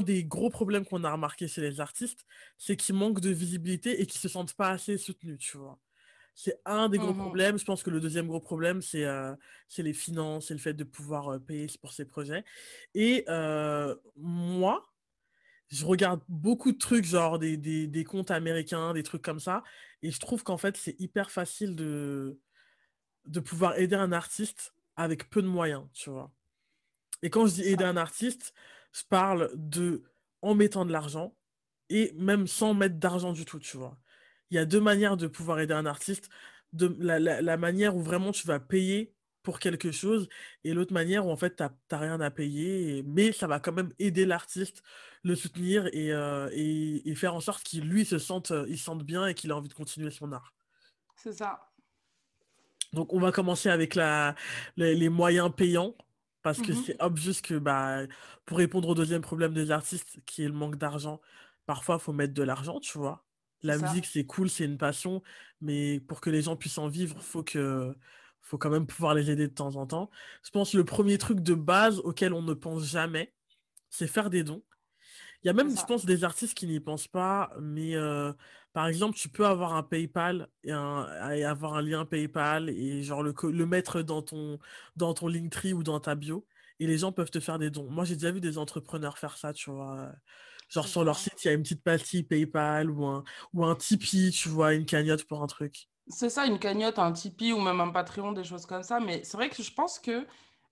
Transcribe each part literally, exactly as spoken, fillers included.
un des gros problèmes qu'on a remarqué chez les artistes, c'est qu'ils manquent de visibilité et qu'ils se sentent pas assez soutenus, tu vois. C'est un des gros Mhm. problèmes. Je pense que le deuxième gros problème, c'est euh, c'est les finances et le fait de pouvoir euh, payer pour ces projets. Et euh, moi, je regarde beaucoup de trucs, genre des, des, des comptes américains, des trucs comme ça, et je trouve qu'en fait, c'est hyper facile de, de pouvoir aider un artiste avec peu de moyens, tu vois. Et quand je dis aider Ça. un artiste, je parle de en mettant de l'argent et même sans mettre d'argent du tout, tu vois. Il y a deux manières de pouvoir aider un artiste. De, la, la, la manière où vraiment tu vas payer pour quelque chose et l'autre manière où en fait t'as t'as rien à payer, et- mais ça va quand même aider l'artiste, le soutenir et, euh, et, et faire en sorte qu'il lui se sente, euh, il se sente bien et qu'il a envie de continuer son art. C'est ça. Donc, on va commencer avec la, les, les moyens payants, parce que Mhm. c'est obvious que bah, pour répondre au deuxième problème des artistes, qui est le manque d'argent, parfois, il faut mettre de l'argent, tu vois. C'est La musique, ça. c'est cool, c'est une passion, mais pour que les gens puissent en vivre, faut que, faut quand même pouvoir les aider de temps en temps. Je pense que le premier truc de base auquel on ne pense jamais, c'est faire des dons. Il y a C'est même, je ça. pense, des artistes qui n'y pensent pas, mais euh, par exemple, tu peux avoir un PayPal et, un, et avoir un lien PayPal et genre le, co- le mettre dans ton, dans ton Linktree ou dans ta bio et les gens peuvent te faire des dons. Moi, j'ai déjà vu des entrepreneurs faire ça, tu vois. Genre C'est sur leur ça. site, il y a une petite pastille PayPal ou un, ou un Tipeee, tu vois, une cagnotte pour un truc. C'est ça, une cagnotte, un Tipeee ou même un Patreon, des choses comme ça. Mais c'est vrai que je pense que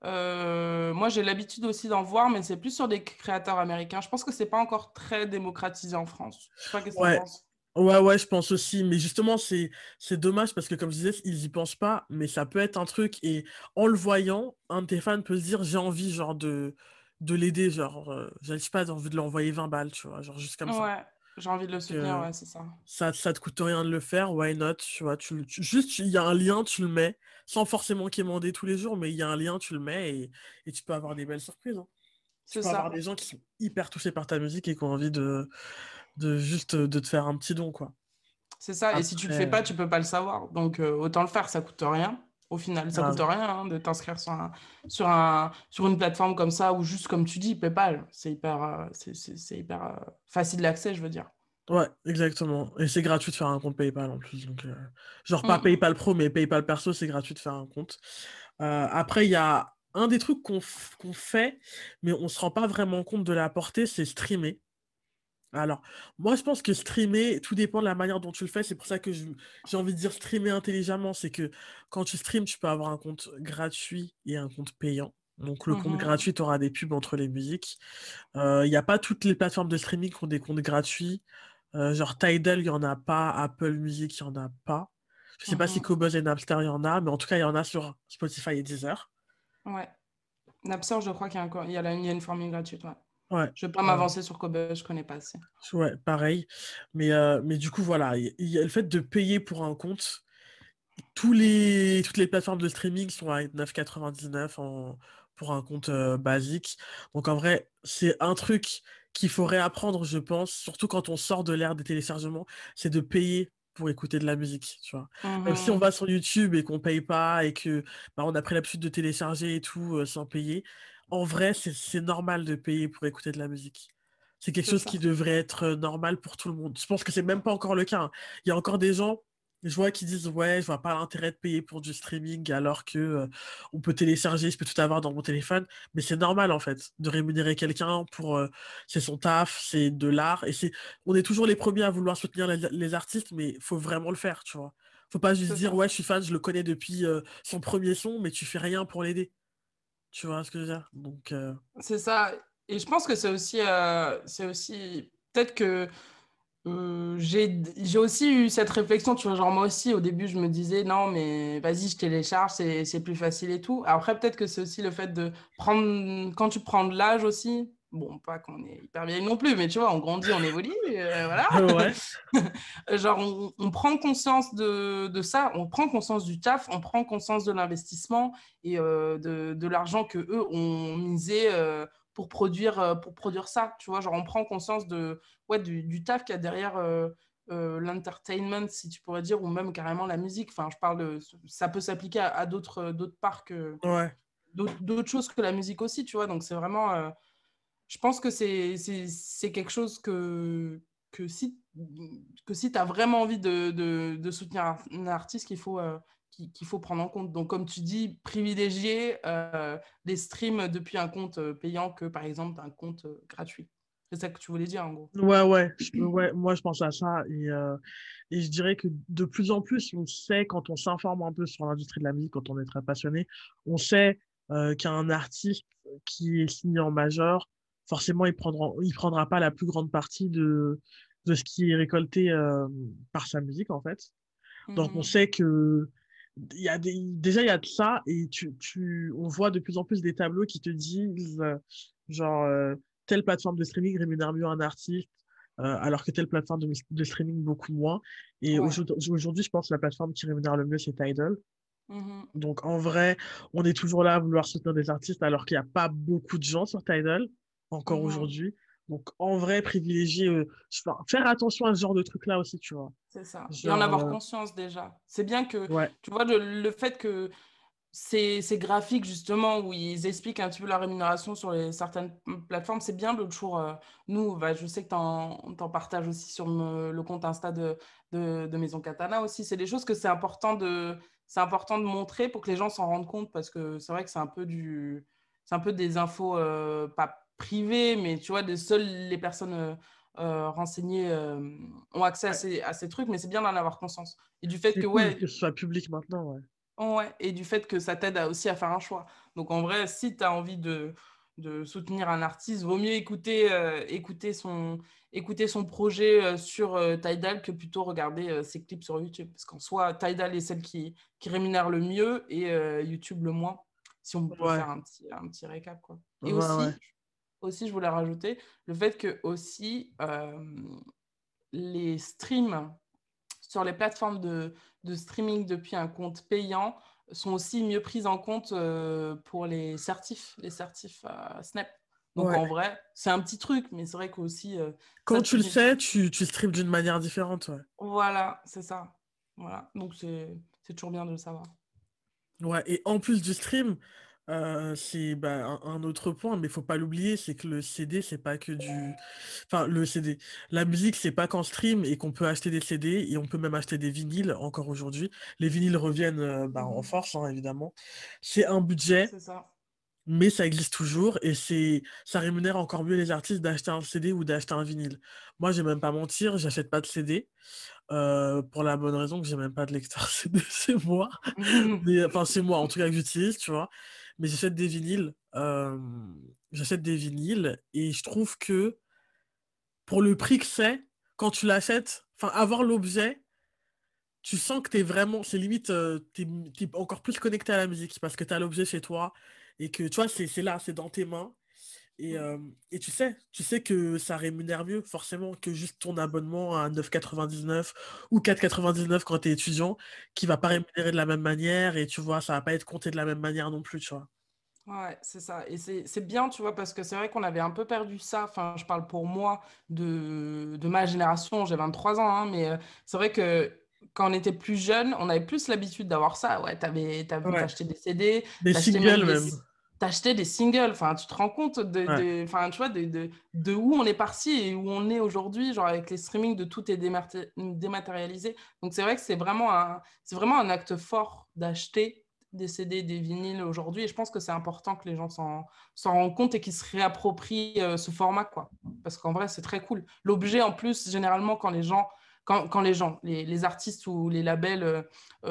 euh, moi, j'ai l'habitude aussi d'en voir, mais c'est plus sur des créateurs américains. Je pense que c'est pas encore très démocratisé en France. Je sais pas, qu'est-ce que t'en Ouais, penses? ouais, ouais, je pense aussi. Mais justement, c'est c'est dommage parce que, comme je disais, ils y pensent pas, mais ça peut être un truc. Et en le voyant, un de tes fans peut se dire, j'ai envie, genre, de, de l'aider. Genre, euh, je sais pas, j'ai envie de lui envoyer vingt balles, tu vois, genre, juste comme ça. Ouais, j'ai envie de le soutenir, Que ouais, c'est ça. ça, ça te coûte rien de le faire, why not, tu vois. Tu, le- tu- juste, il y a un lien, tu le mets, sans forcément quémander tous les jours, mais il y a un lien, tu le mets et, et tu peux avoir des belles surprises, hein. Tu C'est peux avoir ça. des gens qui sont hyper touchés par ta musique et qui ont envie de, de juste de te faire un petit don, quoi. C'est ça. Et si tu le fais Après. pas, tu peux pas le savoir. Donc, euh, autant le faire, ça coûte rien. Au final, ça coûte Grave. rien hein, de t'inscrire sur un, sur un, sur une plateforme comme ça ou juste comme tu dis, PayPal. C'est hyper, euh, c'est, c'est, c'est hyper euh, facile d'accès, je veux dire. Ouais, exactement. Et c'est gratuit de faire un compte PayPal en plus. Donc, euh, genre pas Mm. PayPal Pro, mais PayPal perso, c'est gratuit de faire un compte. Euh, après, il y a un des trucs qu'on f- qu'on fait, mais on se rend pas vraiment compte de la portée, c'est streamer. Alors, moi, je pense que streamer, tout dépend de la manière dont tu le fais. C'est pour ça que je- j'ai envie de dire streamer intelligemment. C'est que quand tu streames, tu peux avoir un compte gratuit et un compte payant. Donc, le compte Mhm. gratuit, tu auras des pubs entre les musiques. Euh, Il n'y a pas toutes les plateformes de streaming qui ont des comptes gratuits. Euh, genre Tidal, il n'y en a pas. Apple Music, il n'y en a pas. Je sais pas si Mhm. Cobuzz et Napster, il y en a, mais en tout cas, il y en a sur Spotify et Deezer. Ouais. Napster, je crois qu'il y a, encore, il y a, la- il y a une formule gratuite. Ouais. Ouais. Je vais pas Euh, m'avancer sur Kobe, je connais pas assez. ouais, pareil. Mais, euh, mais du coup, voilà. Il il y a le fait de payer pour un compte. Tous les, toutes les plateformes de streaming sont à neuf quatre-vingt-dix-neuf en, pour un compte euh, basique. Donc en vrai, c'est un truc qu'il faut réapprendre, je pense, surtout quand on sort de l'ère des téléchargements, c'est de payer pour écouter de la musique, tu vois. Même si on Mhm. va sur YouTube et qu'on paye pas et que bah, on a pris l'habitude de télécharger et tout euh, sans payer, en vrai, c'est c'est normal de payer pour écouter de la musique. C'est quelque C'est chose qui ça. devrait être euh, normal pour tout le monde. Je pense que c'est même pas encore le cas, hein. Il y a encore des gens, je vois qui disent ouais, je vois pas l'intérêt de payer pour du streaming alors que euh, on peut télécharger, je peux tout avoir dans mon téléphone, mais c'est normal en fait de rémunérer quelqu'un pour euh, c'est son taf, c'est de l'art et c'est on est toujours les premiers à vouloir soutenir les, les artistes, mais faut vraiment le faire, tu vois. Faut pas juste C'est dire ça. ouais, je suis fan, je le connais depuis euh, son premier son, mais tu fais rien pour l'aider. Tu vois ce que je veux dire? Donc euh, C'est ça. Et je pense que c'est aussi, euh, c'est aussi peut-être que euh, j'ai, j'ai aussi eu cette réflexion, tu vois, genre moi aussi, au début, je me disais, non, mais vas-y, je télécharge, c'est, c'est plus facile et tout. Après, peut-être que c'est aussi le fait de prendre, quand tu prends de l'âge aussi, bon, pas qu'on est hyper vieille non plus, mais tu vois, on grandit, on évolue, euh, voilà. ouais, Genre, on, on prend conscience de, de ça, on prend conscience du taf, on prend conscience de l'investissement et euh, de, de l'argent que eux ont misé euh, pour produire, euh, pour produire ça. Tu vois, genre, on prend conscience de, ouais, du, du taf qu'il y a derrière euh, euh, l'entertainment, si tu pourrais dire, ou même carrément la musique. Enfin, je parle de, ça peut s'appliquer à, à d'autres, d'autres parts que, ouais. d'autres, d'autres choses que la musique aussi, tu vois. Donc, c'est vraiment, euh, Je pense que c'est, c'est, c'est quelque chose que, que si, que si tu as vraiment envie de, de, de soutenir un, un artiste, qu'il faut, euh, qu'il, qu'il faut prendre en compte. Donc, comme tu dis, privilégier euh, les streams depuis un compte euh, payant que, par exemple, un compte euh, gratuit. C'est ça que tu voulais dire, en gros. Ouais, ouais, je- ouais, moi je pense à ça et, euh, et je dirais que de plus en plus, on sait quand on s'informe un peu sur l'industrie de la musique, quand on est très passionné, on sait euh, qu'un artiste qui est signé en major, forcément, il prendra, il prendra pas la plus grande partie de, de ce qui est récolté euh, par sa musique, en fait. Donc on Mhm. sait que il y a des, déjà il y a de ça et tu, tu, on voit de plus en plus des tableaux qui te disent euh, genre euh, telle plateforme de streaming rémunère mieux un artiste euh, alors que telle plateforme de, de streaming beaucoup moins. Et Ouais. aujourd'hui, aujourd'hui, je pense que la plateforme qui rémunère le mieux c'est Tidal. Mhm. Donc en vrai, on est toujours là à vouloir soutenir des artistes alors qu'il n'y a pas beaucoup de gens sur Tidal encore Mhm. aujourd'hui. Donc en vrai, privilégier, euh, enfin, faire attention à ce genre de trucs-là aussi, tu vois. C'est ça. Et en Genre, avoir euh, conscience déjà. C'est bien que, ouais. tu vois, le, le fait que ces, ces graphiques, justement, où ils expliquent un petit peu la rémunération sur les, certaines plateformes, c'est bien l'autre jour. Euh, nous, bah, je sais que tu en partages aussi sur me- le compte Insta de, de, de Maison Katana aussi. C'est des choses que c'est important de, c'est important de montrer pour que les gens s'en rendent compte parce que c'est vrai que c'est un peu du, c'est un peu des infos, euh, pas privées, mais tu vois, de seules les personnes euh, euh, renseignées euh, ont accès à Ouais. ces, à ces trucs, mais c'est bien d'en avoir conscience. Et du fait C'est que, cool ouais, que ce soit public maintenant, ouais. ouais, et du fait que ça t'aide à- aussi à faire un choix. Donc en vrai, si tu as envie de, de soutenir un artiste, vaut mieux écouter, euh, écouter, son, écouter son projet euh, sur euh, Tidal que plutôt regarder euh, ses clips sur YouTube. Parce qu'en soi, Tidal est celle qui, qui rémunère le mieux et euh, YouTube le moins, si on peut Ouais, faire un petit, un petit récap, quoi. ouais, Et ouais. aussi, aussi, je voulais rajouter le fait que aussi euh, les streams sur les plateformes de, de streaming depuis un compte payant sont aussi mieux prises en compte euh, pour les certifs, les certifs euh, Snap. Donc Ouais. en vrai, c'est un petit truc, mais c'est vrai qu'aussi, euh, ça Quand te tu le permet de faire. sais, tu, tu streams d'une manière différente, ouais. Voilà, c'est ça. Voilà, donc c'est c'est toujours bien de le savoir. Ouais, et en plus du stream, euh, c'est bah, un, un autre point, mais faut pas l'oublier, c'est que le C D, c'est pas que du... Enfin, le C D. La musique, c'est pas qu'en stream et qu'on peut acheter des C D et on peut même acheter des vinyles encore aujourd'hui. Les vinyles reviennent euh, bah, en Mhm. force, hein, évidemment. C'est un budget, C'est ça. mais ça existe toujours et c'est ça rémunère encore mieux les artistes d'acheter un C D ou d'acheter un vinyle. Moi, j'ai même pas mentir, j'achète pas de C D euh, pour la bonne raison que j'ai même pas de lecteur C D chez moi. Mhm. Mais, enfin, c'est moi, en tout cas, que j'utilise, tu vois. Mais j'achète des vinyles. euh, j'achète des vinyles et je trouve que pour le prix que c'est, quand tu l'achètes, enfin, avoir l'objet, tu sens que t'es vraiment, c'est limite, euh, t'es, t'es encore plus connecté à la musique parce que t'as l'objet chez toi et que, tu vois, c'est c'est là, c'est dans tes mains. Et, euh, et tu sais, tu sais que ça rémunère mieux forcément que juste ton abonnement à neuf quatre-vingt-dix-neuf ou quatre quatre-vingt-dix-neuf quand t'es étudiant, qui va pas rémunérer de la même manière et tu vois, ça va pas être compté de la même manière non plus, tu vois. Ouais, c'est ça. Et c'est c'est bien, tu vois, parce que c'est vrai qu'on avait un peu perdu ça. Enfin, je parle pour moi de, de ma génération, j'ai vingt-trois ans, hein, mais euh, c'est vrai que quand on était plus jeune, on avait plus l'habitude d'avoir ça. Ouais, t'avais, t'avais- Ouais. t'achetais des C D, Des t'achetais même singles des, même. t'achetais des singles. Enfin, tu te rends compte de, Ouais. de, enfin, tu vois, de, de, de où on est parti et où on est aujourd'hui, genre avec les streamings, de tout est dématé- dématérialisé. Donc c'est vrai que c'est vraiment un, c'est vraiment un acte fort d'acheter des C D, des vinyles aujourd'hui. Et je pense que c'est important que les gens s'en s'en rendent compte et qu'ils se réapproprient euh, ce format, quoi. Parce qu'en vrai, c'est très cool. L'objet, en plus, généralement, quand les gens, quand, quand les gens, les, les artistes ou les labels euh,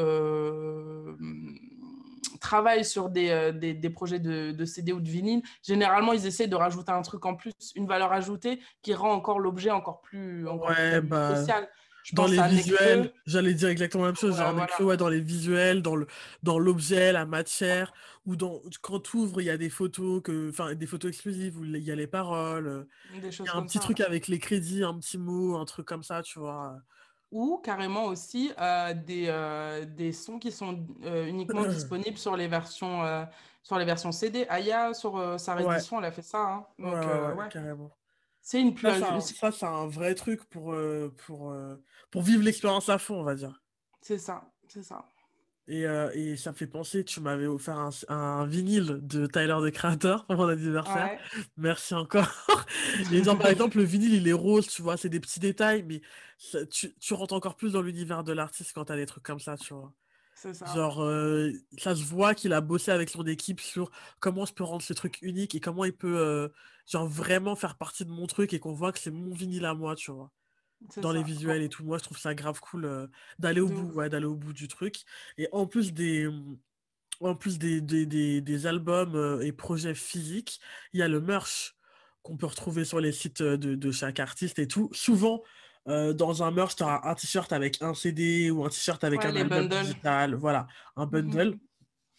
euh, travaillent sur des, euh, des, des, projets de, de C D ou de vinyle, généralement, ils essaient de rajouter un truc en plus, une valeur ajoutée qui rend encore l'objet encore plus, encore Ouais, plus bah, spécial. Je dans pense les à visuels, Nekfeu. j'allais dire exactement la même chose. Ouais, Genre, Nekfeu, voilà. ouais, dans les visuels, dans le, dans l'objet, la matière, ou dans, quand tu ouvres, il y a des photos que, enfin, des photos exclusives où il y a les paroles. euh, Des Il y choses a un comme petit ça. truc avec les crédits, un petit mot, un truc comme ça, tu vois. Ou carrément aussi euh, des, euh, des sons qui sont euh, uniquement disponibles sur les versions, euh, sur les versions C D. Aya, sur euh, sa Ouais, réédition, elle a fait ça, hein. ouais, Donc, ouais, euh, ouais, ouais, carrément. c'est une Ça, c'est plus. un, ça, c'est un vrai truc pour, euh, pour, euh, pour vivre l'expérience à fond, on va dire. C'est ça, c'est ça. Et, euh, et ça me fait penser, tu m'avais offert un, un vinyle de Tyler, the Creator, pour mon anniversaire. Ouais. Merci encore. Et genre, par exemple, le vinyle, il est rose, tu vois, c'est des petits détails, mais ça- tu, tu rentres encore plus dans l'univers de l'artiste quand t'as des trucs comme ça, tu vois. C'est ça. Genre, euh, ça se voit qu'il a bossé avec son équipe sur comment je peux rendre ce truc unique et comment il peut, euh, genre, vraiment faire partie de mon truc et qu'on voit que c'est mon vinyle à moi, tu vois, C'est dans les ça. visuels Bon, et tout. Moi, je trouve ça grave cool, euh, d'aller au de bout, ouf. ouais, d'aller au bout du truc. Et en plus des, en plus des, des, des, des albums euh, et projets physiques, il y a le merch qu'on peut retrouver sur les sites euh, de, de chaque artiste et tout. Souvent, euh, dans un merch, tu as un t-shirt avec un C D ou un t-shirt avec Ouais, un les album bundles. digital, voilà, un bundle. Mhm.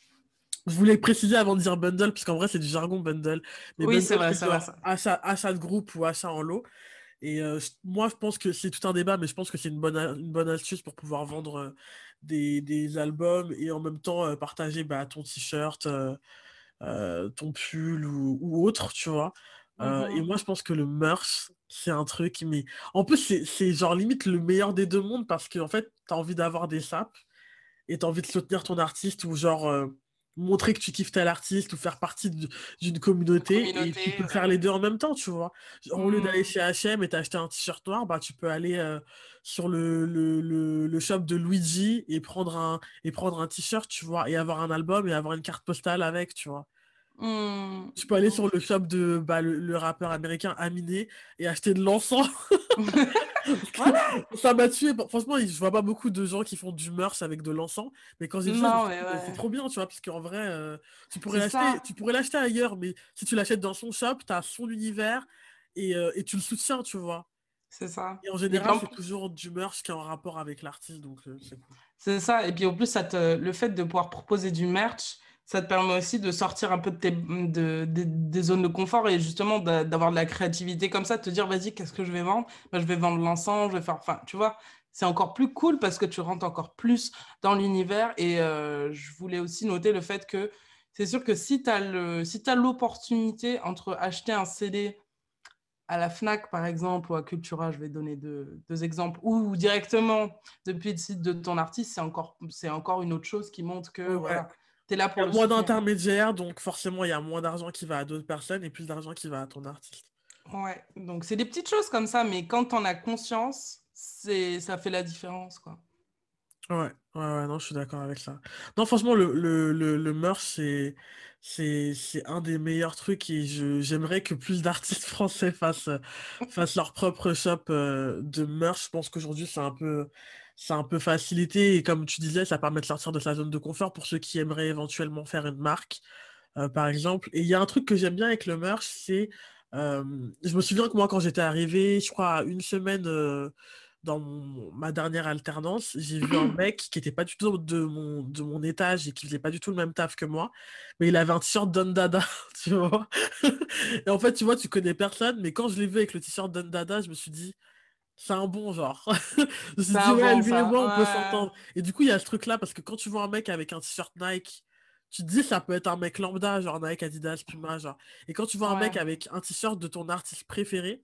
Je voulais préciser avant de dire bundle, parce qu'en vrai, c'est du jargon bundle. Mais Oui, c'est bundle, vrai, c'est c'est vrai, genre ça. achat, achat de groupe ou achat en lot. Et euh, je- moi, je pense que c'est tout un débat, mais je pense que c'est une bonne, a- une bonne astuce pour pouvoir vendre euh, des, des albums et en même temps euh, partager bah, ton t-shirt, euh, euh, ton pull ou, ou autre, tu vois. Euh, et Mhm. moi, je pense que le merch, c'est un truc, mais en plus, c'est c'est genre limite le meilleur des deux mondes parce qu'en fait, t'as envie d'avoir des sapes et t'as envie de soutenir ton artiste ou genre euh, montrer que tu kiffes tel artiste ou faire partie de- d'une Une communauté et tu communauté, peux faire les ouais. deux en même temps, tu vois. Genre, au lieu d'aller Hmm. chez H et M et t'acheter un t-shirt noir, bah tu peux aller euh, sur le, le, le, le shop de Luigi et prendre un, et prendre un t-shirt, tu vois, et avoir un album et avoir une carte postale avec, tu vois. Hmm. Tu peux De aller sur ouf. le shop de bah, le, le rappeur américain Aminé et acheter de l'encens. Parce que Voilà. ça m'a tué. Bon, franchement, je vois pas beaucoup de gens qui font du merch avec de l'encens. Mais quand j'ai vu ça, je me Non, suis mais dit, mais c'est ouais. trop bien, tu vois. Parce qu'en vrai, euh, tu pourrais C'est l'acheter, ça. tu pourrais l'acheter ailleurs. Mais si tu l'achètes dans son shop, t'as son univers et, euh, et tu le soutiens, tu vois. C'est ça. Et en Et puis général, en c'est plus, toujours du merch qui est en rapport avec l'artiste. Donc, euh, c'est cool. c'est ça. Et puis en plus, ça te, le fait de pouvoir proposer du merch, ça te permet aussi de sortir un peu de tes, de, des des zones de confort et justement d'a- d'avoir de la créativité comme ça, de te dire, vas-y, qu'est-ce que je vais vendre? Bah, je vais vendre l'encens, je vais faire, enfin, tu vois, c'est encore plus cool parce que tu rentres encore plus dans l'univers. Et euh, je voulais aussi noter le fait que c'est sûr que si tu as le, si tu l'opportunité entre acheter un C D à la Fnac, par exemple, ou à Cultura, je vais donner deux, deux exemples, ou directement depuis le site de ton artiste, c'est encore, c'est encore une autre chose qui montre que Ouais. voilà, tu es là Il pour y a le moins soutenir. d'intermédiaires, donc forcément, il y a moins d'argent qui va à d'autres personnes et plus d'argent qui va à ton artiste. Ouais, donc c'est des petites choses comme ça, mais quand on a conscience, c'est, ça fait la différence, quoi. Ouais, ouais, ouais, non, je suis d'accord avec ça. Non, franchement, le, le, le, le merch, c'est, c'est, c'est un des meilleurs trucs et je, j'aimerais que plus d'artistes français fassent, fassent leur propre shop euh, de merch. Je pense qu'aujourd'hui, c'est un peu, c'est un peu facilité et comme tu disais, ça permet de sortir de sa zone de confort pour ceux qui aimeraient éventuellement faire une marque, euh, par exemple. Et il y a un truc que j'aime bien avec le merch, c'est, euh, je me souviens que moi, quand j'étais arrivé, je crois, à une semaine euh, dans mon- ma dernière alternance, j'ai vu un mec qui était pas du tout de mon, de mon étage et qui faisait pas du tout le même taf que moi, mais il avait un t-shirt Don Dada, tu vois. Et en fait, tu vois, tu connais personne, mais quand je l'ai vu avec le t-shirt Don Dada, je me suis dit, c'est un bon genre. Je me suis C'est dit, un ouais, bon, lui et ça. moi, on peut Ouais, s'entendre. Et du coup, il y a ce truc-là, parce que quand tu vois un mec avec un t-shirt Nike, tu te dis, ça peut être un mec lambda, genre Nike, Adidas, Puma, genre. Et quand tu vois un mec ouais, avec un t-shirt de ton artiste préféré,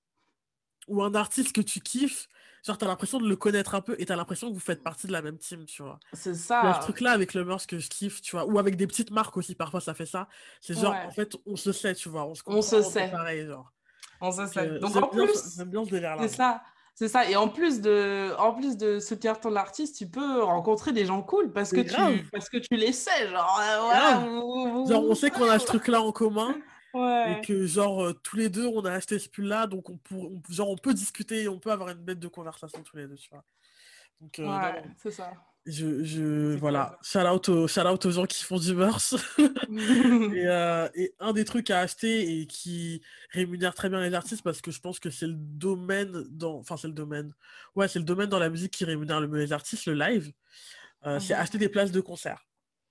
ou un artiste que tu kiffes, genre, t'as l'impression de le connaître un peu, et t'as l'impression que vous faites partie de la même team, tu vois. c'est Il y a ce ça. truc-là avec le merch que je kiffe, tu vois, ou avec des petites marques aussi, parfois ça fait ça. C'est genre, en Ouais, fait, on se sait, tu vois, on se on se comprend, on est sait. pareil, genre. On se Donc, sait. euh, Donc j'aime en bien, ce- plus, j'aime bien ce délire-là, c'est moi. ça. C'est ça. Et en plus de, en plus de soutenir ton artiste, tu peux rencontrer des gens cool parce que C'est tu, grave, parce que tu les sais. Genre, euh, voilà, grave. vous, Genre, vous, on vous sait qu'on a savez. ce truc-là en commun et Ouais, que, genre, euh, tous les deux, on a acheté ce pull-là, donc on, pour, on- genre, on peut discuter, on peut avoir une bête de conversation tous les deux, tu vois. Donc, euh, non, ouais, non. c'est ça. Je, je, C'est cool. voilà, shout out aux, shout out aux gens qui font du merch. Et, euh, et un des trucs à acheter et qui rémunère très bien les artistes parce que je pense que c'est le domaine dans, enfin, c'est le domaine. Ouais, c'est le domaine dans la musique qui rémunère le mieux les artistes, le live. Euh, c'est Mhm. acheter des places de concert.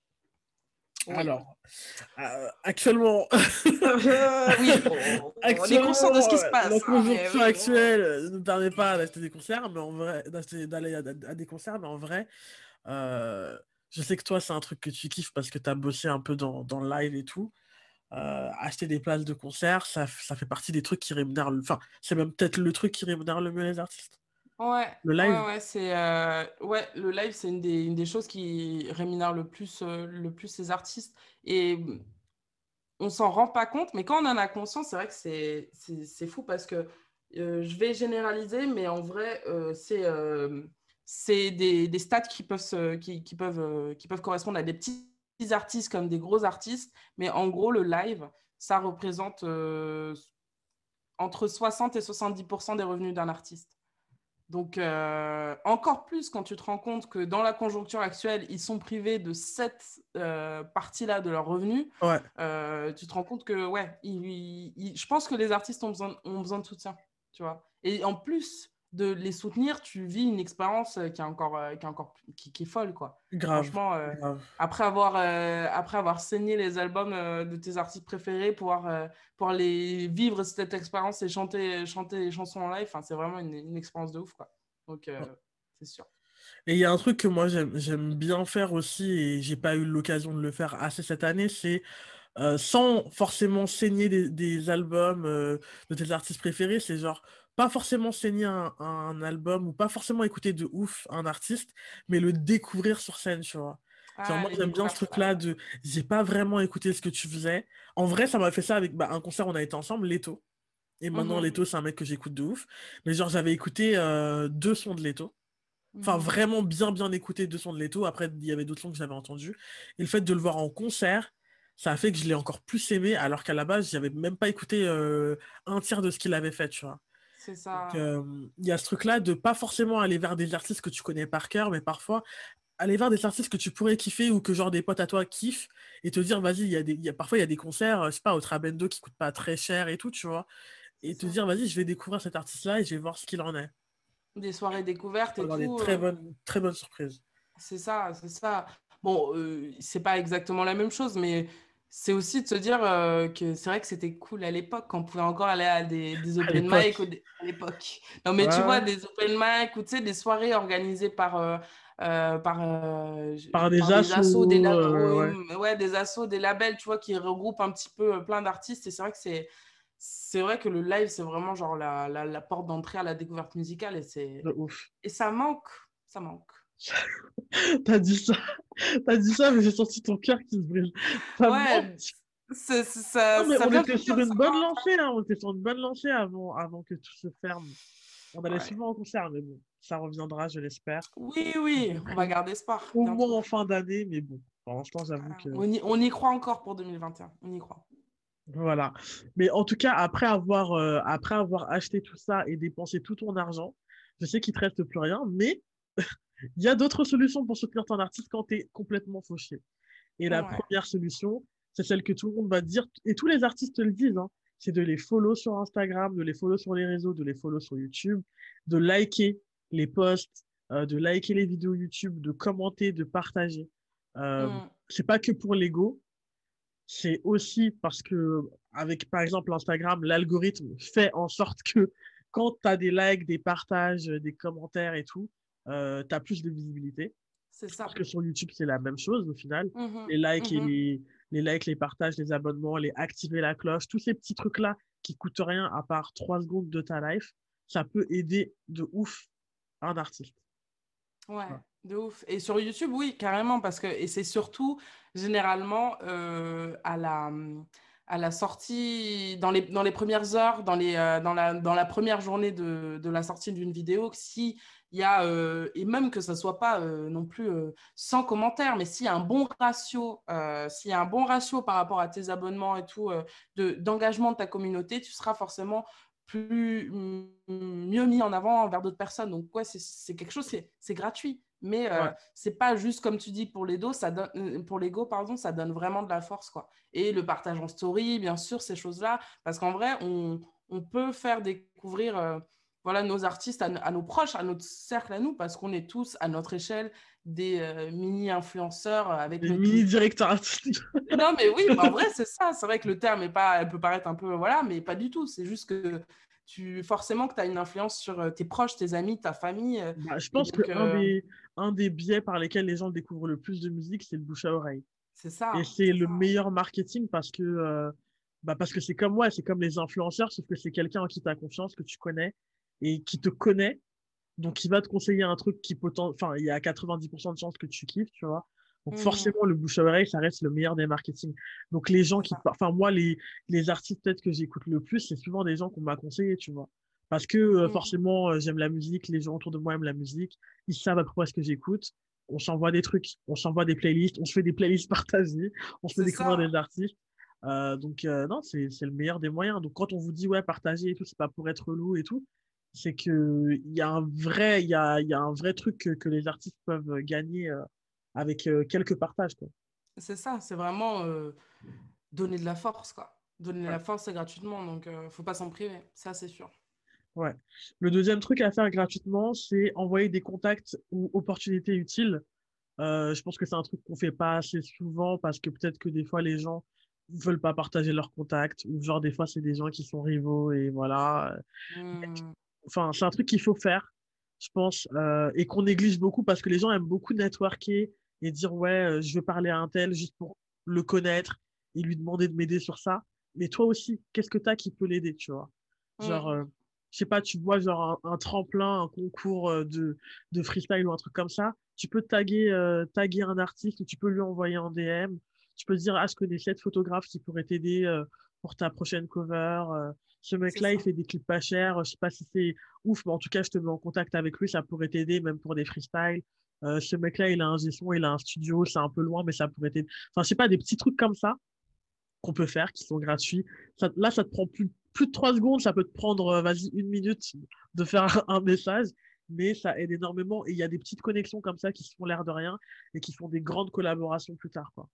Oui. Alors, euh, actuellement, Euh, oui, on, on est conscient de ce actuellement, qui se euh, la passe, hein, mais conjoncture oui. actuelle euh, ne permet pas d'acheter des concerts, mais en vrai, d'acheter, d'aller à, à des concerts, mais en vrai, euh, je sais que toi, c'est un truc que tu kiffes parce que tu as bossé un peu dans, dans le live et tout. Euh, acheter des places de concert, ça, ça fait partie des trucs qui rémunèrent, le- enfin, c'est même peut-être le truc qui rémunère le mieux les artistes. Ouais, Le ouais, live? ouais, c'est euh, ouais, le live, c'est une des, une des choses qui rémunère le plus, euh, le plus ces artistes. Et mm, on s'en rend pas compte, mais quand on en a conscience, c'est vrai que c'est, c'est, c'est fou parce que euh, je vais généraliser, mais en vrai, euh, c'est euh, c'est des, des stats qui peuvent, se- qui, qui peuvent, euh, qui peuvent correspondre à des petits artistes comme des gros artistes. Mais en gros, le live, ça représente euh, entre soixante et soixante-dix pour cent des revenus d'un artiste. Donc, euh, encore plus quand tu te rends compte que dans la conjoncture actuelle, ils sont privés de cette euh, partie-là de leurs revenus, Ouais, euh, tu te rends compte que, ouais, il- il- je pense que les artistes ont besoin, ont besoin de soutien, tu vois. Et en plus de les soutenir, tu vis une expérience euh, qui est encore, euh, qui est encore qui, qui est folle, quoi. grave, Franchement, euh, grave. après avoir, euh, après avoir saigné les albums euh, de tes artistes préférés, pouvoir, euh, pouvoir les vivre cette expérience et chanter, chanter les chansons en live, enfin, c'est vraiment une, une expérience de ouf, quoi. Donc, euh, c'est sûr. Et il y a un truc que moi j'aime j'aime bien faire aussi, et j'ai pas eu l'occasion de le faire assez cette année, c'est euh, sans forcément saigner des, des albums euh, de tes artistes préférés, c'est genre pas forcément saigner un, un album ou pas forcément écouter de ouf un artiste, mais le découvrir sur scène, tu vois. Genre Ah, moi les j'aime bien ce découvertes truc-là live. de j'ai pas vraiment écouté ce que tu faisais. En vrai, ça m'a fait ça avec bah, un concert, on a été ensemble, Leto. Et maintenant, Mhm, Leto, c'est un mec que j'écoute de ouf. Mais genre, j'avais écouté euh, deux sons de Leto. Enfin, mhm. vraiment bien, bien écouté deux sons de Leto. Après, il y avait d'autres sons que j'avais entendus. Et le fait de le voir en concert, ça a fait que je l'ai encore plus aimé, alors qu'à la base, j'avais même pas écouté euh, un tiers de ce qu'il avait fait, tu vois. C'est Donc, ça. euh, il y a ce truc-là de pas forcément aller vers des artistes que tu connais par cœur, mais parfois aller vers des artistes que tu pourrais kiffer ou que genre des potes à toi kiffent et te dire, vas-y, il y a des, il y a, parfois il y a des concerts, euh, je sais pas, au Trabendo qui coûtent pas très cher et tout, tu vois. C'est Et te ça. dire, vas-y, je vais découvrir cet artiste-là et je vais voir ce qu'il en est. Des soirées Tu découvertes peux et avoir des tout. très euh, bonnes, très bonnes surprises. c'est ça, c'est ça. Bon, euh, c'est pas exactement la même chose, mais c'est aussi de se dire euh, que c'est vrai que c'était cool à l'époque, quand on pouvait encore aller à des, des À open mic ou l'époque. des- à l'époque. Non, mais tu vois, Ouais. des open mic ou tu sais, des soirées organisées par, euh, euh, par, euh, Par je- des par des assos, des, assos, lab- euh, ouais. ouais, ouais, des assos, des labels, tu vois, qui regroupent un petit peu euh, plein d'artistes. Et c'est vrai que c'est, c'est vrai que le live, c'est vraiment genre la, la, la porte d'entrée à la découverte musicale et c'est, De ouf. et ça manque, ça manque. T'as dit ça, t'as dit ça, mais j'ai senti ton cœur qui se brise. Ça me manque. Ouais, c'est- c'est- ça, Non, mais ça on vient était du sur cœur, une ça bonne manque. lancée, hein. On était sur une bonne lancée avant, avant que tout se ferme. On allait Ouais. souvent en concert, mais bon, ça reviendra, je l'espère. Oui, J'ai oui, on va prévu garder espoir au moins bientôt. en fin d'année, mais bon, pour l'instant, j'avoue Ah, que On y, on y croit encore pour deux mille vingt et un, on y croit. voilà. Mais en tout cas, après avoir, euh, après avoir acheté tout ça et dépensé tout ton argent, je sais qu'il te reste plus rien, mais il y a d'autres solutions pour soutenir ton artiste quand tu es complètement fauché. Et la Ouais. première solution, c'est celle que tout le monde va dire, et tous les artistes le disent, hein, c'est de les follow sur Instagram, de les follow sur les réseaux, de les follow sur YouTube, de liker les posts, euh, de liker les vidéos YouTube, de commenter, de partager. Euh, Mm. c'est pas que pour l'ego, c'est aussi parce que, avec par exemple Instagram, l'algorithme fait en sorte que quand tu as des likes, des partages, des commentaires et tout, euh, tu as plus de visibilité. C'est Je pense ça. que sur YouTube, c'est la même chose au final. Mhm, Les likes et mhm. les, les likes, les partages, les abonnements, les activer la cloche, tous ces petits trucs-là qui coûtent rien à part trois secondes de ta life, ça peut aider de ouf un artiste. Ouais, Voilà. de ouf. Et sur YouTube, oui, carrément, parce que, et c'est surtout généralement euh, à la, à la sortie, dans les, dans les premières heures, dans les, euh, dans la, dans la première journée de, de la sortie d'une vidéo, que si il y a, euh, et même que ça soit pas euh, non plus euh, sans commentaire, mais s'il y a un bon ratio, euh, s'il y a un bon ratio par rapport à tes abonnements et tout, euh, de, d'engagement de ta communauté, tu seras forcément plus mieux mis en avant envers d'autres personnes. Donc, ouais, c'est c'est quelque chose, c'est c'est gratuit. Mais Ouais, euh, c'est pas juste comme tu dis pour les dos, ça donne, euh, pour l'ego, pardon, ça donne vraiment de la force, quoi. Et le partage en story, bien sûr, ces choses-là, parce qu'en vrai, on, on peut faire découvrir euh, voilà, nos artistes à, à, nos proches, à notre cercle à nous, parce qu'on est tous, à notre échelle, des euh, mini-influenceurs avec des notre mini micro. directeurs artistiques. Non, mais oui, en vrai, c'est ça. C'est vrai que le terme est pas, elle peut paraître un peu, voilà, mais pas du tout. C'est juste que tu, forcément, que tu as une influence sur euh, tes proches, tes amis, ta famille. euh, Bah, je et pense que donc, un euh, des, un des biais par lesquels les gens découvrent le plus de musique, c'est le bouche à oreille. c'est Et ça, c'est c'est le ça. meilleur marketing parce que, euh, bah parce que c'est comme moi, c'est comme les influenceurs, sauf que c'est quelqu'un en qui tu as confiance, que tu connais et qui te connaît Donc, il va te conseiller un truc qui potent... Enfin, il y a quatre-vingt-dix pour cent de chances que tu kiffes, tu vois. Donc, Mhm. forcément, le bouche à oreille, ça reste le meilleur des marketing. Donc, les gens C'est qui... ça. par- Enfin, moi, les, les artistes peut-être que j'écoute le plus, c'est souvent des gens qu'on m'a conseillé, tu vois. Parce que euh, Mhm. forcément, euh, j'aime la musique, les gens autour de moi aiment la musique, ils savent à peu près ce que j'écoute. On s'envoie des trucs, on s'envoie des playlists, on se fait des playlists partagées, on se fait C'est découvrir ça. des artistes. Euh, donc, euh, non, c'est c'est le meilleur des moyens. Donc, quand on vous dit, ouais, partager et tout, c'est pas pour être loup et tout, c'est que il y a un vrai, il y a, il y a un vrai truc que, que les artistes peuvent gagner euh, avec euh, quelques partages, quoi. C'est ça. C'est vraiment euh, donner de la force, quoi. Donner de Ouais. la force, c'est gratuitement. Donc, euh, faut pas s'en priver. Ça, c'est sûr. Ouais. Le deuxième truc à faire gratuitement, c'est envoyer des contacts ou opportunités utiles. Euh, je pense que c'est un truc qu'on fait pas assez souvent parce que peut-être que des fois les gens veulent pas partager leurs contacts ou genre des fois c'est des gens qui sont rivaux et voilà. Hmm. Enfin, c'est un truc qu'il faut faire, je pense, euh, et qu'on néglige beaucoup parce que les gens aiment beaucoup networker et dire ouais, euh, je veux parler à un tel juste pour le connaître et lui demander de m'aider sur ça. Mais toi aussi, qu'est-ce que t'as qui peut l'aider, tu vois? Genre, Hmm. euh, je sais pas, tu vois genre un, un tremplin, un concours euh, de, de freestyle ou un truc comme ça, tu peux taguer, euh, taguer un artiste ou tu peux lui envoyer en D M. Tu peux te dire, ah, je connais sept photographes qui pourraient t'aider euh, pour ta prochaine cover. euh, ce C'est mec-là, il ça. fait des clips pas chers. Je sais pas si c'est ouf, mais en tout cas, je te mets en contact avec lui. Ça pourrait t'aider, même pour des freestyles. Euh, ce mec-là, il a un G-son, il a un studio. C'est un peu loin, mais ça pourrait t'aider. Enfin, je sais pas, des petits trucs comme ça qu'on peut faire, qui sont gratuits. Ça, là, ça te prend plus, plus de trois secondes. Ça peut te prendre, euh, vas-y, une minute de faire un, un message. Mais ça aide énormément. Et il y a des petites connexions comme ça qui se font l'air de rien et qui font des grandes collaborations plus tard, quoi.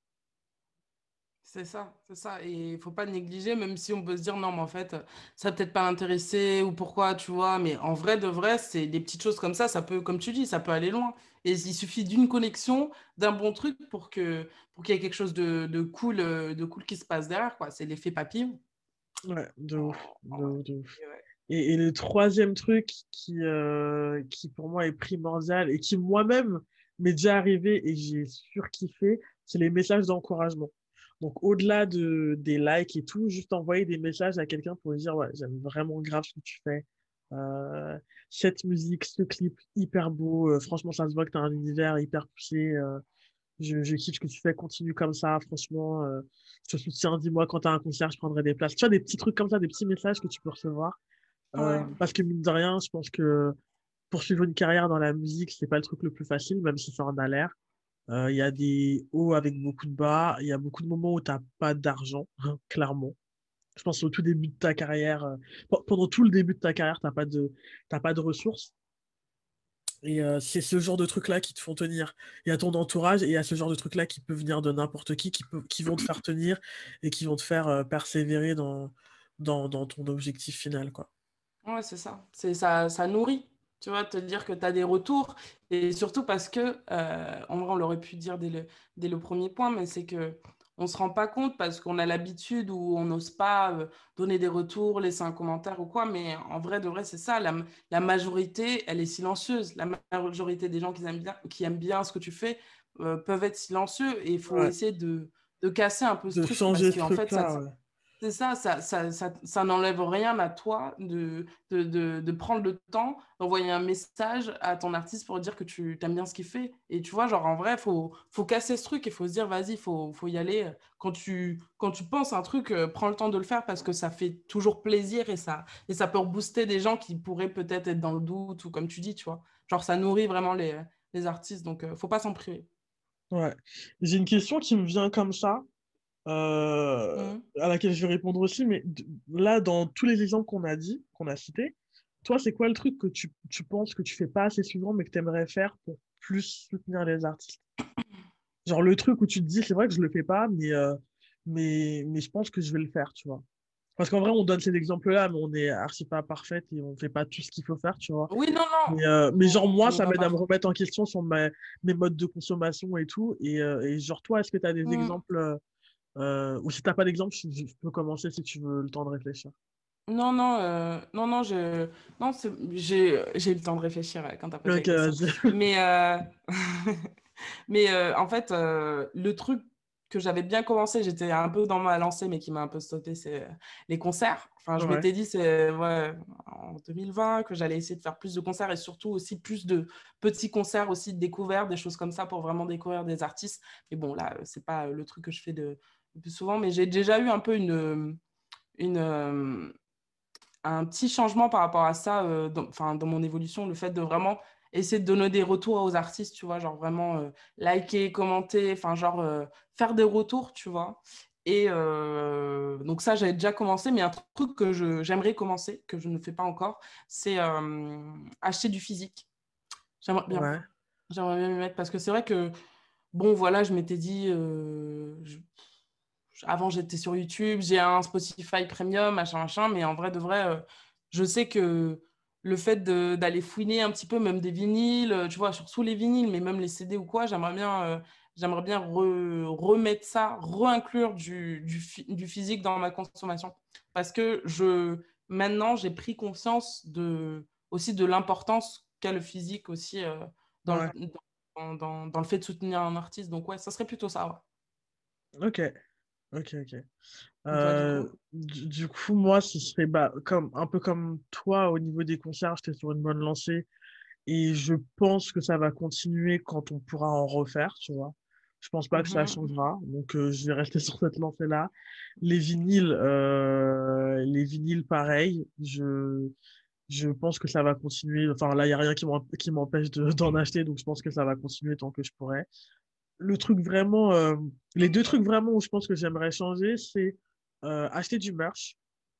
C'est ça, c'est ça. Et il faut pas négliger, même si on peut se dire non, mais en fait, ça va peut-être pas l'intéresser ou pourquoi, tu vois. Mais en vrai, de vrai, c'est des petites choses comme ça, ça peut, comme tu dis, ça peut aller loin. Et il suffit d'une connexion, d'un bon truc pour que, pour qu'il y ait quelque chose de, de cool, euh, de cool qui se passe derrière, quoi. C'est l'effet papillon. Ouais, de ouf, En- de en vrai. ouf, de ouf. Et ouais. Et, et le troisième truc qui, euh, qui pour moi est primordial et qui moi-même m'est déjà arrivé et j'ai surkiffé, c'est les messages d'encouragement. Donc au-delà de, des likes et tout, juste envoyer des messages à quelqu'un pour lui dire ouais, j'aime vraiment grave ce que tu fais. Euh, cette musique, ce clip hyper beau, euh, franchement ça se voit que tu as un univers hyper poussé. euh, je, je kiffe ce que tu fais, continue comme ça, franchement. Euh, je te soutiens, dis-moi quand tu as un concert, je prendrai des places. Tu vois, des petits trucs comme ça, des petits messages que tu peux recevoir. Euh, Ouais. parce que mine de rien, je pense que poursuivre une carrière dans la musique, c'est pas le truc le plus facile, même si ça en a l'air. Euh, Il y a des hauts avec beaucoup de bas, il y a beaucoup de moments où t'as pas d'argent, hein, clairement. Je pense au tout début de ta carrière, euh, pe- pendant tout le début de ta carrière, t'as pas de, t'as pas de ressources. Et euh, c'est ce genre de trucs-là qui te font tenir. Il y a ton entourage et il y a ce genre de trucs-là qui peut venir de n'importe qui, qui, peut, qui vont te faire tenir et qui vont te faire euh, persévérer dans, dans, dans ton objectif final, quoi. Ouais, c'est ça. C'est ça, ça nourrit. Tu vois, te dire que tu as des retours. Et surtout parce que, euh, en vrai, on l'aurait pu dire dès le, dès le premier point, mais c'est que on se rend pas compte parce qu'on a l'habitude ou on n'ose pas euh, donner des retours, laisser un commentaire ou quoi. Mais en vrai, de vrai, c'est ça. La, la majorité, elle est silencieuse. La majorité des gens qui aiment bien, qui aiment bien ce que tu fais euh, peuvent être silencieux. Et il faut Ouais. essayer de, de casser un peu ce De truc parce changer ce qu'en fait, ça, truc-là, ouais. c'est ça, ça, ça, ça, ça n'enlève rien à toi de, de, de, de prendre le temps d'envoyer un message à ton artiste pour dire que tu aimes bien ce qu'il fait. Et tu vois, genre en vrai, faut, faut casser ce truc et faut se dire, vas-y, faut, faut y aller. Quand tu, quand tu penses à un truc, euh, prends le temps de le faire parce que ça fait toujours plaisir et ça, et ça peut booster des gens qui pourraient peut-être être dans le doute ou comme tu dis, tu vois. Genre, ça nourrit vraiment les, les artistes, donc euh, faut pas s'en priver. Ouais. J'ai une question qui me vient comme ça, euh, Mhm. à laquelle je vais répondre aussi, mais d- là, dans tous les exemples qu'on a dit, qu'on a cités, toi, c'est quoi le truc que tu, tu penses que tu fais pas assez souvent, mais que tu aimerais faire pour plus soutenir les artistes? Genre le truc où tu te dis, c'est vrai que je le fais pas, mais, euh, mais, mais je pense que je vais le faire, tu vois. Parce qu'en vrai, on donne ces exemples-là, mais on est archi pas parfaite et on fait pas tout ce qu'il faut faire, tu vois. Oui, non, Mais, euh, non, mais genre, on moi, on n'est ça pas m'aide à me parfait. remettre en question sur ma- mes modes de consommation et tout. Et, euh, et genre, toi, est-ce que tu as des exemples, euh, euh, ou si t'as pas d'exemple, je, je peux commencer si tu veux le temps de réfléchir. Non, non, euh, non, non, je, non, c'est- j'ai, j'ai eu le temps de réfléchir euh, quand t'as posé la Ok, question. vas-y. Mais, euh, mais euh, en fait, euh, le truc que j'avais bien commencé, j'étais un peu dans ma lancée, mais qui m'a un peu stoppé, c'est euh, les concerts. Enfin, je Ouais, m'étais dit, c'est ouais, en deux mille vingt que j'allais essayer de faire plus de concerts et surtout aussi plus de petits concerts aussi de découverte, des choses comme ça pour vraiment découvrir des artistes. Mais bon, là, c'est pas le truc que je fais de, le plus souvent, mais j'ai déjà eu un peu une, une, euh, un petit changement par rapport à ça, euh, dans, enfin, dans mon évolution, le fait de vraiment essayer de donner des retours aux artistes, tu vois, genre vraiment euh, liker, commenter, enfin, genre euh, faire des retours, tu vois. Et euh, donc ça, j'avais déjà commencé, mais un truc que je, j'aimerais commencer, que je ne fais pas encore, c'est euh, acheter du physique. J'aimerais bien. ouais, J'aimerais bien m'y mettre parce que c'est vrai que, bon, voilà, je m'étais dit, euh, je- avant j'étais sur YouTube, j'ai un Spotify Premium, machin, machin, mais en vrai de vrai, euh, je sais que le fait de- d'aller fouiner un petit peu, même des vinyles, euh, tu vois, surtout les vinyles, mais même les C D ou quoi, j'aimerais bien, euh, j'aimerais bien re- remettre ça, réinclure du, du, phy- du physique dans ma consommation. Parce que je, maintenant, j'ai pris conscience de, aussi de l'importance qu'a le physique aussi euh, dans le, ouais. dans, dans, dans le fait de soutenir un artiste. Donc ouais, ça serait plutôt ça, ouais. Ok, ok, ok. Et toi, du Euh, coup? du, du coup, moi, ce serait bah, comme, un peu comme toi au niveau des concerts, j'étais sur une bonne lancée et je pense que ça va continuer quand on pourra en refaire, tu vois. Je pense pas que ça Mhm. changera, donc euh, je vais rester sur cette lancée-là. Les vinyles, euh, les vinyles, pareil, je, je pense que ça va continuer. Enfin, là, il y a rien qui m'en- qui m'empêche de- d'en acheter, donc je pense que ça va continuer tant que je pourrai. Le truc vraiment, euh, les deux trucs vraiment où je pense que j'aimerais changer, c'est euh, acheter du merch.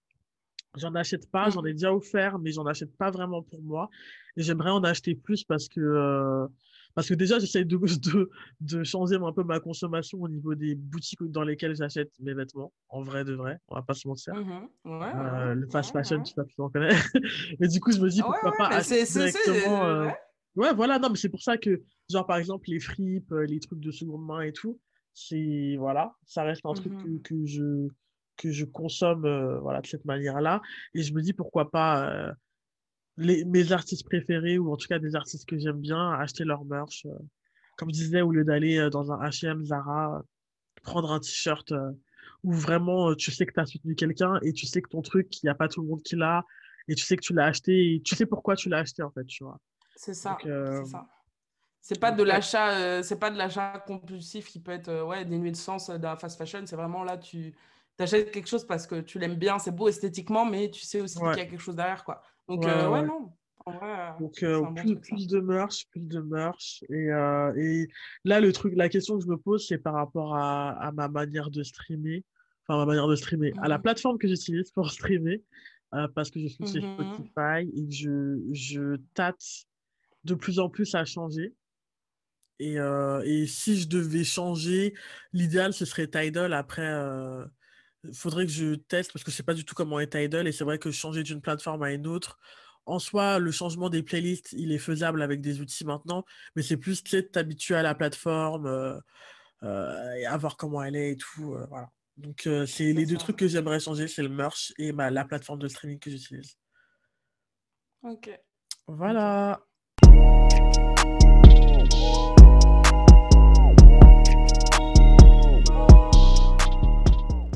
J'en achète pas, j'en ai Mhm. déjà offert, mais j'en achète pas vraiment pour moi. Et j'aimerais en acheter plus parce que, euh, parce que déjà, j'essaie de, de, de changer un peu ma consommation au niveau des boutiques dans lesquelles j'achète mes vêtements. En vrai de vrai, on va pas se mentir. Mhm. Ouais, ouais, Euh, le fast ouais, fashion, ouais. tout ça, tu en connais. Et du coup, je me dis Ah ouais, pourquoi ouais, pas mais acheter c'est, c'est, c'est, directement. euh, euh, ouais. Ouais, voilà, non, mais c'est pour ça que, genre, par exemple, les fripes, euh, les trucs de seconde main et tout, c'est, voilà, ça reste un truc que, Mhm. que je, que je consomme, euh, voilà, de cette manière-là. Et je me dis pourquoi pas, euh, les, mes artistes préférés, ou en tout cas des artistes que j'aime bien, acheter leur merch. euh, comme je disais, au lieu d'aller euh, dans un H et M, Zara, euh, prendre un t-shirt euh, où vraiment euh, tu sais que tu as soutenu quelqu'un et tu sais que ton truc, il n'y a pas tout le monde qui l'a et tu sais que tu l'as acheté et tu sais pourquoi tu l'as acheté en fait, tu vois. C'est Donc, ça, euh, c'est ça. C'est pas donc de ouais, l'achat, euh, c'est pas de l'achat compulsif qui peut être euh, ouais, dénué de sens euh, dans la fast fashion. C'est vraiment là, tu achètes quelque chose parce que tu l'aimes bien, c'est beau esthétiquement, mais tu sais aussi qu'il ouais, y a quelque chose derrière, quoi. Donc, ouais, euh, ouais, ouais, ouais. non, en vrai, euh, Donc c'est euh, un bon plus, truc, ça. plus de merch, plus de merch. Et, euh, et là, le truc, la question que je me pose, c'est par rapport à, à ma manière de streamer, enfin ma manière de streamer, à la Mhm. plateforme que j'utilise pour streamer, euh, parce que je suis chez Mhm. Spotify et que je, je tâte de plus en plus à changer. Et, euh, et si je devais changer, l'idéal, ce serait Tidal. Après, euh, il faudrait que je teste parce que je sais pas du tout comment est Tidal. Et c'est vrai que changer d'une plateforme à une autre, en soi, le changement des playlists, il est faisable avec des outils maintenant. Mais c'est plus, tu sais, de t'habituer à la plateforme euh, euh, et à voir comment elle est et tout. euh, voilà. Donc, euh, c'est C'est les deux ça. trucs que j'aimerais changer, c'est le merch et ma, la plateforme de streaming que j'utilise. Ok. Ok. Voilà.